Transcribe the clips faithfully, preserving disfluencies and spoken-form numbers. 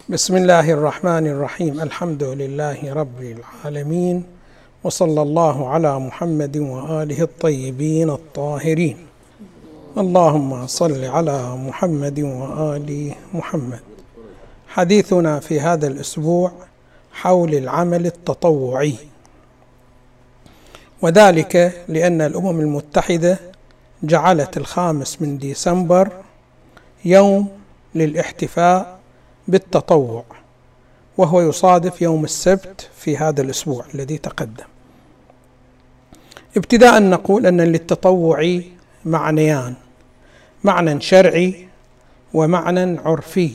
بسم الله الرحمن الرحيم. الحمد لله رب العالمين، وصلى الله على محمد وآله الطيبين الطاهرين. اللهم صل على محمد وآل محمد. حديثنا في هذا الأسبوع حول العمل التطوعي، وذلك لأن الأمم المتحدة جعلت الخامس من ديسمبر يوم للاحتفاء بالتطوع، وهو يصادف يوم السبت في هذا الأسبوع الذي تقدم. ابتداء نقول أن للتطوع معنيان: معنى شرعي ومعنى عرفي.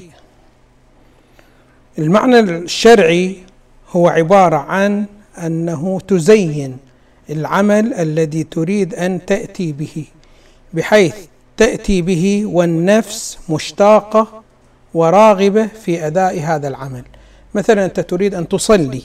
المعنى الشرعي هو عبارة عن أنه تزين العمل الذي تريد أن تأتي به، بحيث تأتي به والنفس مشتاقة وراغبة في أداء هذا العمل. مثلا أنت تريد أن تصلي،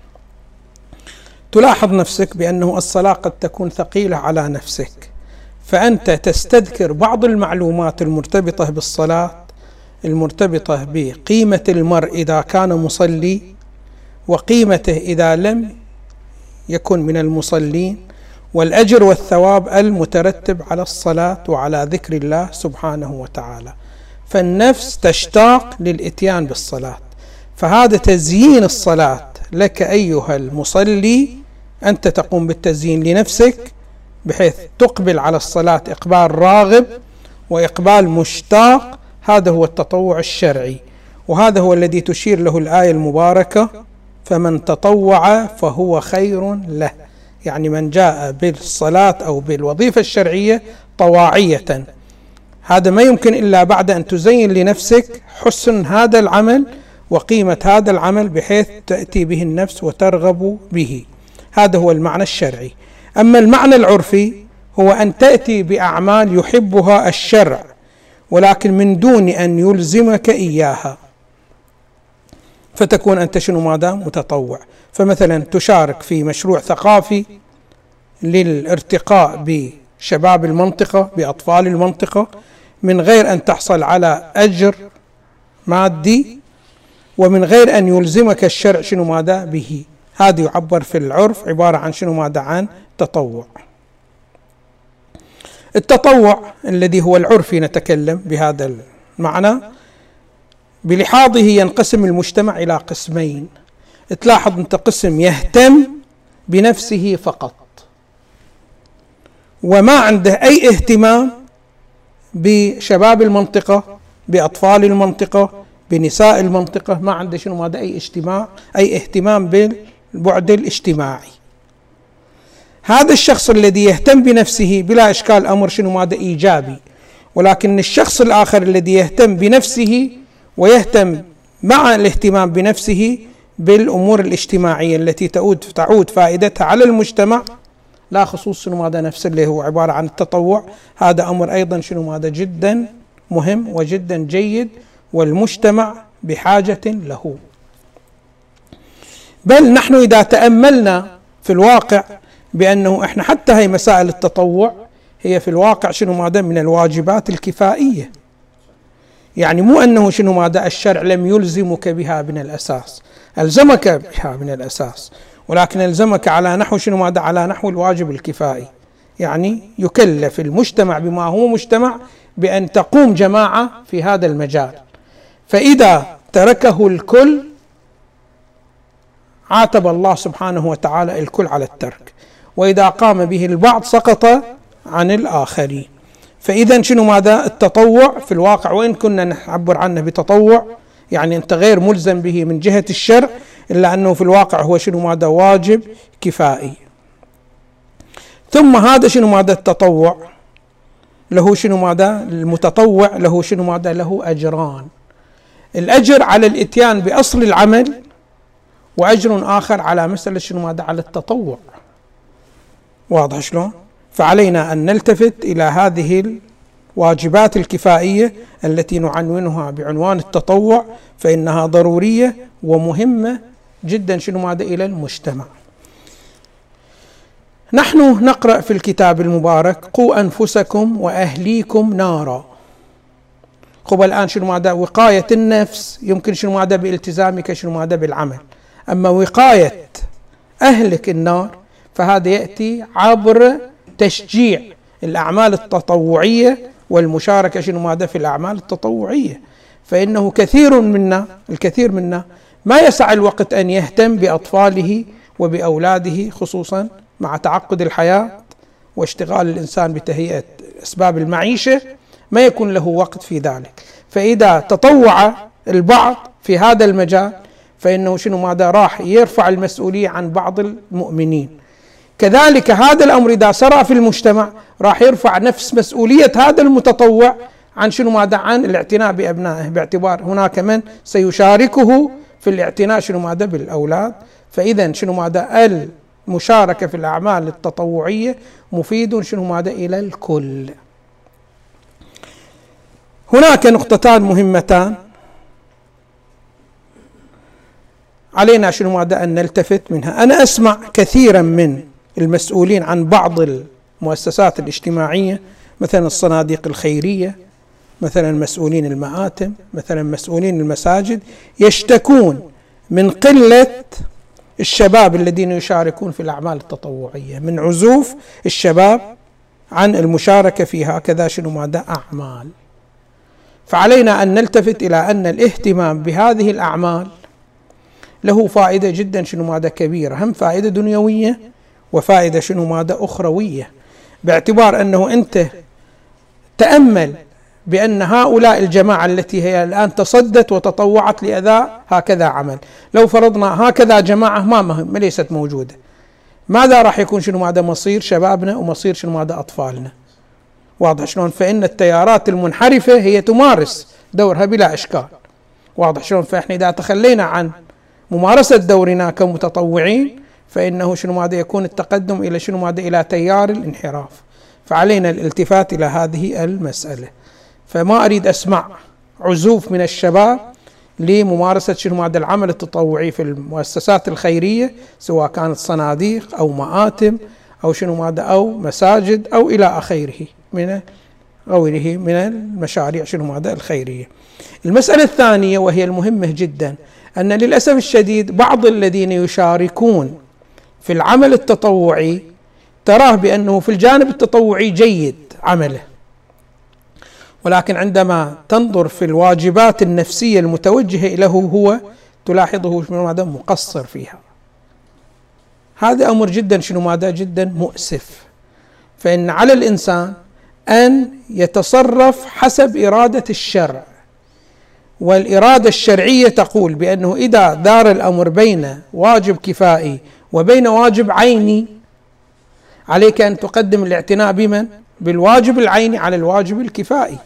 تلاحظ نفسك بأنه الصلاة قد تكون ثقيلة على نفسك، فأنت تستذكر بعض المعلومات المرتبطة بالصلاة، المرتبطة بقيمة المرء إذا كان مصلي، وقيمته إذا لم يكن من المصلين، والأجر والثواب المترتب على الصلاة وعلى ذكر الله سبحانه وتعالى. فالنفس تشتاق للإتيان بالصلاة، فهذا تزيين الصلاة لك أيها المصلي. أنت تقوم بالتزيين لنفسك بحيث تقبل على الصلاة إقبال راغب وإقبال مشتاق. هذا هو التطوع الشرعي، وهذا هو الذي تشير له الآية المباركة: فمن تطوع فهو خير له. يعني من جاء بالصلاة أو بالوظيفة الشرعية طواعية، هذا ما يمكن إلا بعد أن تزين لنفسك حسن هذا العمل وقيمة هذا العمل بحيث تأتي به النفس وترغب به. هذا هو المعنى الشرعي. أما المعنى العرفي هو أن تأتي بأعمال يحبها الشرع، ولكن من دون أن يلزمك إياها، فتكون أنت شنو ماذا متطوع. فمثلا تشارك في مشروع ثقافي للارتقاء بشباب المنطقة، بأطفال المنطقة، من غير أن تحصل على أجر مادي، ومن غير أن يلزمك الشرع شنو ماذا به. هذا يعبر في العرف عبارة عن شنو ماذا عن تطوع. التطوع الذي هو العرفي نتكلم بهذا المعنى، بلحاظه ينقسم المجتمع إلى قسمين. تلاحظ أنت قسم يهتم بنفسه فقط، وما عنده أي اهتمام بشباب المنطقة، بأطفال المنطقة، بنساء المنطقة، ما عنده شنو ماذا أي اجتماع أي اهتمام بالبعد الاجتماعي. هذا الشخص الذي يهتم بنفسه بلا إشكال أمر شنو ماذا إيجابي، ولكن الشخص الآخر الذي يهتم بنفسه ويهتم مع الاهتمام بنفسه بالأمور الاجتماعية التي تعود تعود فائدتها على المجتمع، لا خصوص شنو ماذا نفسه اللي هو عبارة عن التطوع. هذا أمر أيضا شنو ماذا جدا مهم وجدا جيد، والمجتمع بحاجة له. بل نحن إذا تأملنا في الواقع بأنه إحنا حتى هي مسائل التطوع هي في الواقع شنو ماذا من الواجبات الكفائية. يعني مو أنه شنو ماذا الشرع لم يلزمك بها من الأساس، ألزمك بها من الأساس، ولكن ألزمك على نحو شنو ماذا على نحو الواجب الكفائي. يعني يكلف المجتمع بما هو مجتمع بأن تقوم جماعة في هذا المجال، فإذا تركه الكل عاتب الله سبحانه وتعالى الكل على الترك، وإذا قام به البعض سقط عن الآخرين. فإذا شنو ماذا التطوع في الواقع، وإن كنا نعبر عنه بتطوع يعني أنت غير ملزم به من جهة الشرع، إلا أنه في الواقع هو شنو ماذا واجب كفائي. ثم هذا شنو ماذا التطوع له شنو ماذا المتطوع له شنو ماذا له أجران: الأجر على الإتيان بأصل العمل، وأجر آخر على مسألة شنو ماذا على التطوع. واضح شلون؟ فعلينا أن نلتفت إلى هذه الواجبات الكفائية التي نعنونها بعنوان التطوع، فإنها ضرورية ومهمة جدا شنو ماذا إلى المجتمع. نحن نقرأ في الكتاب المبارك: قوا أنفسكم وأهليكم نارا. خب الآن شنو ماذا وقاية النفس يمكن شنو ماذا بالتزامك شنو ماذا بالعمل، أما وقاية أهلك النار فهذا يأتي عبر تشجيع الأعمال التطوعية والمشاركة شنو ماذا في الأعمال التطوعية. فإنه كثير منا الكثير منا ما يسع الوقت أن يهتم بأطفاله وبأولاده، خصوصا مع تعقد الحياة واشتغال الإنسان بتهيئة أسباب المعيشة، ما يكون له وقت في ذلك. فإذا تطوع البعض في هذا المجال فإنه شنو ماذا راح يرفع المسؤولية عن بعض المؤمنين. كذلك هذا الأمر إذا سرى في المجتمع راح يرفع نفس مسؤولية هذا المتطوع عن شنو ماذا عن الاعتناء بأبنائه، باعتبار هناك من سيشاركه في الاعتناء شنو ماذا بالأولاد. فإذا شنو ماذا المشاركة في الأعمال التطوعية مفيد شنو ماذا إلى الكل. هناك نقطتان مهمتان علينا شنو ماذا أن نلتفت منها. أنا أسمع كثيرا من المسؤولين عن بعض المؤسسات الاجتماعية، مثلا الصناديق الخيرية، مثلا مسؤولين المآتم، مثلا مسؤولين المساجد، يشتكون من قلة الشباب الذين يشاركون في الأعمال التطوعية، من عزوف الشباب عن المشاركة في هكذا شنو ماذا أعمال. فعلينا أن نلتفت إلى أن الاهتمام بهذه الأعمال له فائدة جدا شنو ماذا كبيرة، هم فائدة دنيوية وفائدة شنو ماذا أخروية، باعتبار أنه أنت تأمل بأن هؤلاء الجماعة التي هي الآن تصدت وتطوعت لأداء هكذا عمل، لو فرضنا هكذا جماعة ما مهم ليست موجودة، ماذا راح يكون شنو ماذا مصير شبابنا ومصير شنو ماذا أطفالنا؟ واضح شلون؟ فإن التيارات المنحرفة هي تمارس دورها بلا إشكال، واضح شلون؟ فإحنا إذا تخلينا عن ممارسة دورنا كمتطوعين فإنه شنو ماذا يكون التقدم إلى شنو ماذا إلى تيار الانحراف. فعلينا الالتفات إلى هذه المسألة. فما أريد أسمع عزوف من الشباب لممارسة شنو ماذا العمل التطوعي في المؤسسات الخيرية، سواء كانت صناديق أو مآتم أو شنو ماذا أو مساجد أو إلى آخره من غيره من المشاريع شنو ماذا الخيرية. المسألة الثانية وهي المهمة جدا، أن للأسف الشديد بعض الذين يشاركون في العمل التطوعي تراه بأنه في الجانب التطوعي جيد عمله، ولكن عندما تنظر في الواجبات النفسية المتوجهة له هو تلاحظه شنو ماذا مقصر فيها. هذا أمر جدا شنو ماذا جدا مؤسف. فإن على الإنسان أن يتصرف حسب إرادة الشرع، والإرادة الشرعية تقول بأنه إذا دار الأمر بين واجب كفائي وبين واجب عيني عليك أن تقدم الاعتناء بمن؟ بالواجب العيني على الواجب الكفائي،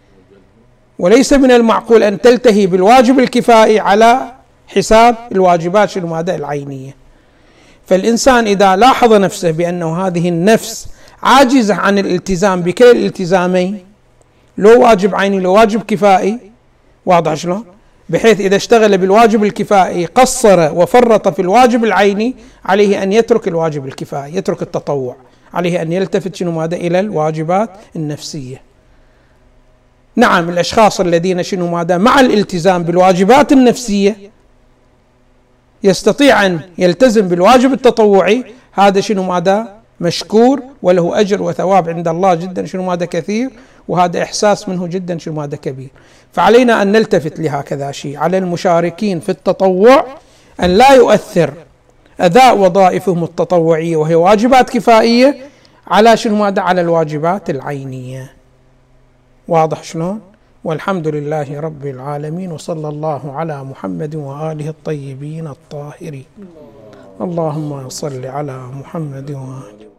وليس من المعقول أن تلتهي بالواجب الكفائي على حساب الواجبات شنو ماذا العينية. فالإنسان إذا لاحظ نفسه بأنه هذه النفس عاجزة عن الالتزام بكلا الالتزامين، لو واجب عيني لو واجب كفائي، واضح شلون؟ بحيث إذا اشتغل بالواجب الكفائي قصر وفرط في الواجب العيني عليه أن يترك الواجب الكفائي، يترك التطوع، عليه أن يلتفت شنو ماذا إلى الواجبات النفسية. نعم الأشخاص الذين شنو ماذا مع الالتزام بالواجبات النفسية يستطيع أن يلتزم بالواجب التطوعي، هذا شنو ماذا مشكور وله أجر وثواب عند الله جدا شنو ماذا كثير، وهذا إحساس منه جدا شنو ماذا كبير. فعلينا أن نلتفت لهكذا شيء على المشاركين في التطوع، أن لا يؤثر أداء وظائفهم التطوعية وهي واجبات كفائية على شنو ماذا على الواجبات العينية. واضح شلون؟ والحمد لله رب العالمين، وصلى الله على محمد وآله الطيبين الطاهرين. اللهم صل على محمد وآله.